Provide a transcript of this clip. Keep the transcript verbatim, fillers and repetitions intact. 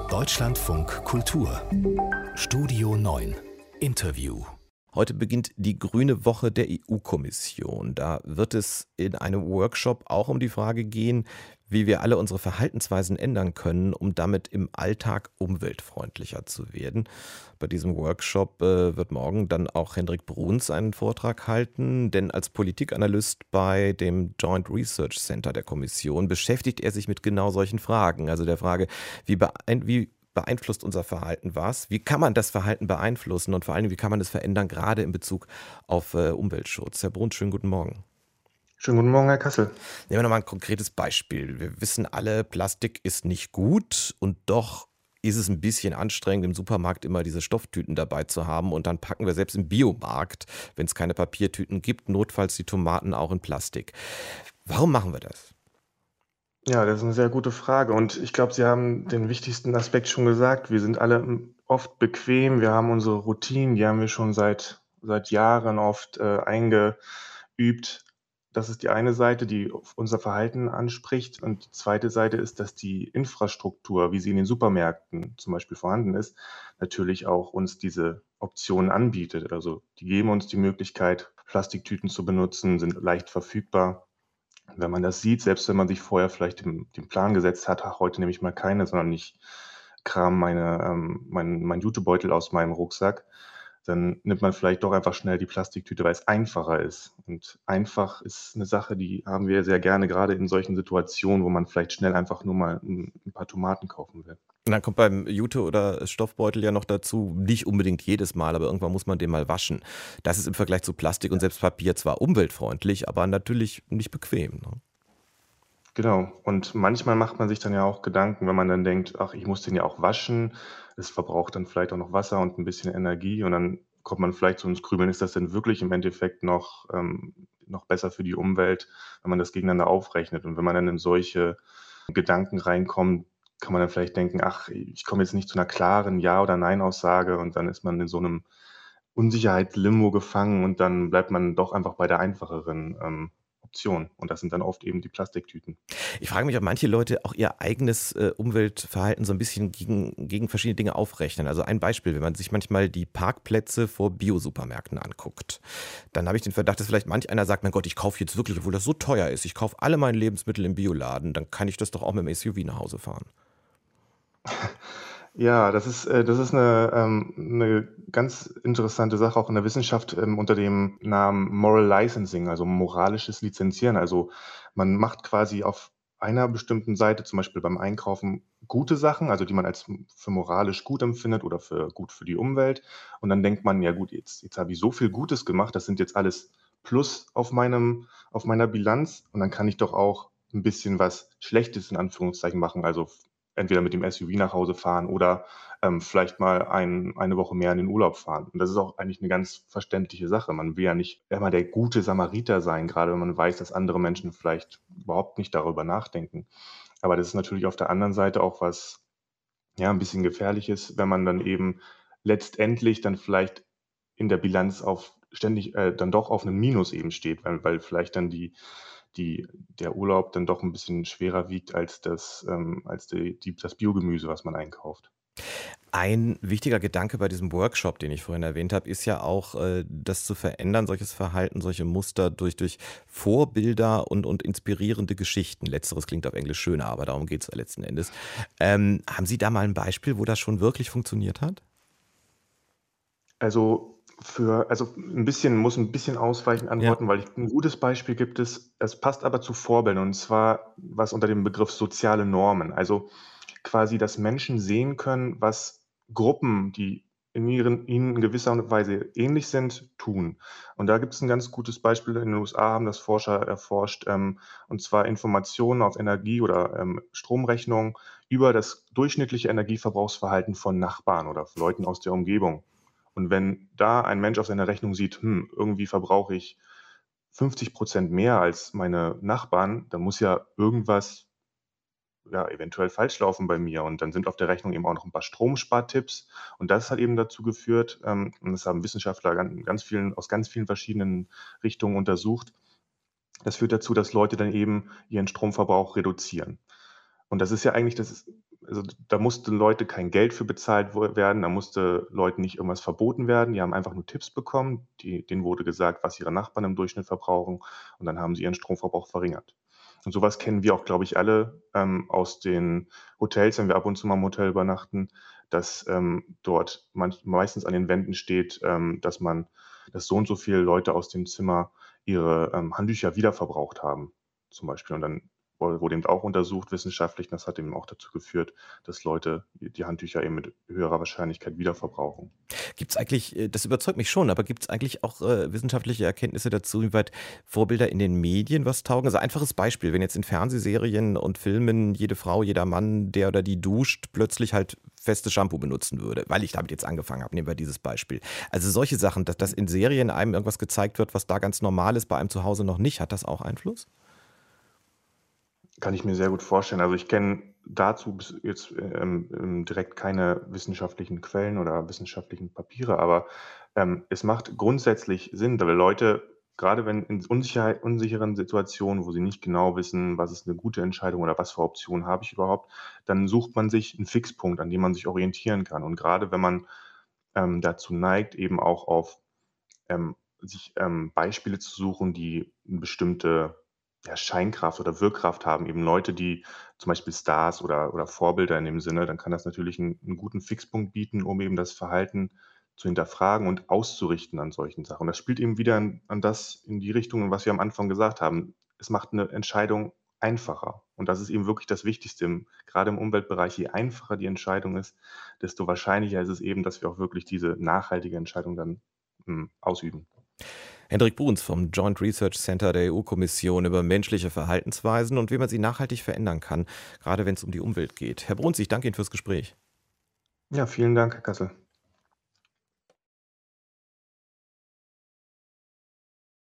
Deutschlandfunk Kultur Studio neun Interview. Heute beginnt die Grüne Woche der E U-Kommission. Da wird es in einem Workshop auch um die Frage gehen, wie wir alle unsere Verhaltensweisen ändern können, um damit im Alltag umweltfreundlicher zu werden. Bei diesem Workshop äh, wird morgen dann auch Hendrik Bruns einen Vortrag halten, denn als Politikanalyst bei dem Joint Research Center der Kommission beschäftigt er sich mit genau solchen Fragen. Also der Frage, wie, beein wie beeinflusst unser Verhalten was? Wie kann man das Verhalten beeinflussen und vor allem, wie kann man es verändern, gerade in Bezug auf äh, Umweltschutz? Herr Bruns, schönen guten Morgen. Schönen guten Morgen, Herr Kassel. Nehmen wir nochmal ein konkretes Beispiel. Wir wissen alle, Plastik ist nicht gut und doch ist es ein bisschen anstrengend, im Supermarkt immer diese Stofftüten dabei zu haben und dann packen wir selbst im Biomarkt, wenn es keine Papiertüten gibt, notfalls die Tomaten auch in Plastik. Warum machen wir das? Ja, das ist eine sehr gute Frage und ich glaube, Sie haben den wichtigsten Aspekt schon gesagt. Wir sind alle oft bequem, wir haben unsere Routinen, die haben wir schon seit seit Jahren oft, äh, eingeübt. Das ist die eine Seite, die auf unser Verhalten anspricht, und die zweite Seite ist, dass die Infrastruktur, wie sie in den Supermärkten zum Beispiel vorhanden ist, natürlich auch uns diese Optionen anbietet. Also, die geben uns die Möglichkeit, Plastiktüten zu benutzen, sind leicht verfügbar. Wenn man das sieht, selbst wenn man sich vorher vielleicht den, den Plan gesetzt hat, ach, heute nehme ich mal keine, sondern ich kram meine, ähm, mein, mein Jutebeutel aus meinem Rucksack, dann nimmt man vielleicht doch einfach schnell die Plastiktüte, weil es einfacher ist. Und einfach ist eine Sache, die haben wir sehr gerne, gerade in solchen Situationen, wo man vielleicht schnell einfach nur mal ein, ein paar Tomaten kaufen will. Und dann kommt beim Jute oder Stoffbeutel ja noch dazu, nicht unbedingt jedes Mal, aber irgendwann muss man den mal waschen. Das ist im Vergleich zu Plastik und selbst Papier zwar umweltfreundlich, aber natürlich nicht bequem. Ne? Genau. Und manchmal macht man sich dann ja auch Gedanken, wenn man dann denkt, ach, ich muss den ja auch waschen. Es verbraucht dann vielleicht auch noch Wasser und ein bisschen Energie. Und dann kommt man vielleicht so ins Grübeln, ist das denn wirklich im Endeffekt noch, ähm, noch besser für die Umwelt, wenn man das gegeneinander aufrechnet? Und wenn man dann in solche Gedanken reinkommt, kann man dann vielleicht denken, ach, ich komme jetzt nicht zu einer klaren Ja- oder Nein-Aussage, und dann ist man in so einem Unsicherheitslimbo gefangen und dann bleibt man doch einfach bei der einfacheren ähm, Option. Und das sind dann oft eben die Plastiktüten. Ich frage mich, ob manche Leute auch ihr eigenes äh, Umweltverhalten so ein bisschen gegen, gegen verschiedene Dinge aufrechnen. Also ein Beispiel, wenn man sich manchmal die Parkplätze vor Biosupermärkten anguckt, dann habe ich den Verdacht, dass vielleicht manch einer sagt, mein Gott, ich kaufe jetzt wirklich, obwohl das so teuer ist, ich kaufe alle meine Lebensmittel im Bioladen, dann kann ich das doch auch mit dem S U V nach Hause fahren. Ja, das ist, äh, das ist eine, ähm, 'ne ganz interessante Sache auch in der Wissenschaft, ähm, unter dem Namen Moral Licensing, also moralisches Lizenzieren. Also, man macht quasi auf einer bestimmten Seite, zum Beispiel beim Einkaufen, gute Sachen, also die man als m für moralisch gut empfindet oder für gut für die Umwelt. Und dann denkt man: „Ja gut, jetzt jetzt habe ich so viel Gutes gemacht, das sind jetzt alles Plus auf meinem auf meiner Bilanz, und dann kann ich doch auch ein bisschen was Schlechtes in Anführungszeichen machen, also entweder mit dem S U V nach Hause fahren oder ähm, vielleicht mal ein, eine Woche mehr in den Urlaub fahren. Und das ist auch eigentlich eine ganz verständliche Sache. Man will ja nicht immer der gute Samariter sein, gerade wenn man weiß, dass andere Menschen vielleicht überhaupt nicht darüber nachdenken. Aber das ist natürlich auf der anderen Seite auch was, ja, ein bisschen Gefährliches, wenn man dann eben letztendlich dann vielleicht in der Bilanz auf ständig äh, dann doch auf einem Minus eben steht, weil, weil vielleicht dann die, die, der Urlaub dann doch ein bisschen schwerer wiegt als das, ähm, als die, die, das Biogemüse, was man einkauft. Ein wichtiger Gedanke bei diesem Workshop, den ich vorhin erwähnt habe, ist ja auch, äh, das zu verändern, solches Verhalten, solche Muster durch, durch Vorbilder und, und inspirierende Geschichten. Letzteres klingt auf Englisch schöner, aber darum geht es letzten Endes. Ähm, haben Sie da mal ein Beispiel, wo das schon wirklich funktioniert hat? Also für, also ein bisschen, muss ein bisschen ausweichend Ja. antworten, weil ich, ein gutes Beispiel gibt es, es passt aber zu Vorbildern, und zwar was unter dem Begriff soziale Normen. Also quasi, dass Menschen sehen können, was Gruppen, die in ihren, ihnen in gewisser Weise ähnlich sind, tun. Und da gibt es ein ganz gutes Beispiel. In den U S A haben das Forscher erforscht, ähm, und zwar Informationen auf Energie- oder ähm, Stromrechnungen über das durchschnittliche Energieverbrauchsverhalten von Nachbarn oder Leuten aus der Umgebung. Und wenn da ein Mensch auf seiner Rechnung sieht, hm, irgendwie verbrauche ich fünfzig Prozent mehr als meine Nachbarn, dann muss ja irgendwas, ja, eventuell falsch laufen bei mir. Und dann sind auf der Rechnung eben auch noch ein paar Stromspartipps. Und das hat eben dazu geführt, ähm, und das haben Wissenschaftler gan ganz vielen aus ganz vielen verschiedenen Richtungen untersucht. Das führt dazu, dass Leute dann eben ihren Stromverbrauch reduzieren. Und das ist ja eigentlich das ist also da mussten Leute kein Geld für bezahlt wo- werden, da musste Leuten nicht irgendwas verboten werden. Die haben einfach nur Tipps bekommen. Die, denen wurde gesagt, was ihre Nachbarn im Durchschnitt verbrauchen und dann haben sie ihren Stromverbrauch verringert. Und sowas kennen wir auch, glaube ich, alle ähm, aus den Hotels, wenn wir ab und zu mal im Hotel übernachten, dass ähm, dort manch, meistens an den Wänden steht, ähm, dass man, dass so und so viele Leute aus dem Zimmer ihre ähm, Handtücher wiederverbraucht haben, zum Beispiel. Und dann wurde wurde eben auch untersucht wissenschaftlich, und das hat eben auch dazu geführt, dass Leute die Handtücher eben mit höherer Wahrscheinlichkeit wiederverbrauchen. Gibt es eigentlich, äh, das überzeugt mich schon, aber gibt es eigentlich auch äh, wissenschaftliche Erkenntnisse dazu, inwieweit Vorbilder in den Medien was taugen? Also einfaches Beispiel, wenn jetzt in Fernsehserien und Filmen jede Frau, jeder Mann, der oder die duscht, plötzlich halt festes Shampoo benutzen würde, weil ich damit jetzt angefangen habe, nehmen wir dieses Beispiel. Also solche Sachen, dass das in Serien einem irgendwas gezeigt wird, was da ganz normal ist, bei einem zu Hause noch nicht, hat das auch Einfluss? Kann ich mir sehr gut vorstellen. Also ich kenne dazu bis jetzt ähm, ähm, direkt keine wissenschaftlichen Quellen oder wissenschaftlichen Papiere, aber ähm, es macht grundsätzlich Sinn, weil Leute, gerade wenn in Unsicherheit, unsicheren Situationen, wo sie nicht genau wissen, was ist eine gute Entscheidung oder was für Optionen habe ich überhaupt, dann sucht man sich einen Fixpunkt, an dem man sich orientieren kann. Und gerade wenn man ähm, dazu neigt, eben auch auf ähm, sich ähm, Beispiele zu suchen, die eine bestimmte, ja, Scheinkraft oder Wirkkraft haben, eben Leute, die zum Beispiel Stars oder oder Vorbilder in dem Sinne, dann kann das natürlich einen 'n guten Fixpunkt bieten, um eben das Verhalten zu hinterfragen und auszurichten an solchen Sachen. Das spielt eben wieder an an das in die Richtung, was wir am Anfang gesagt haben. Es macht eine Entscheidung einfacher. Und das ist eben wirklich das Wichtigste im grade im Umweltbereich. Je einfacher die Entscheidung ist, desto wahrscheinlicher ist es eben, dass wir auch wirklich diese nachhaltige Entscheidung dann hm, ausüben. Hendrik Bruns vom Joint Research Center der E U-Kommission über menschliche Verhaltensweisen und wie man sie nachhaltig verändern kann, gerade wenn es um die Umwelt geht. Herr Bruns, ich danke Ihnen fürs Gespräch. Ja, vielen Dank, Herr Kassel.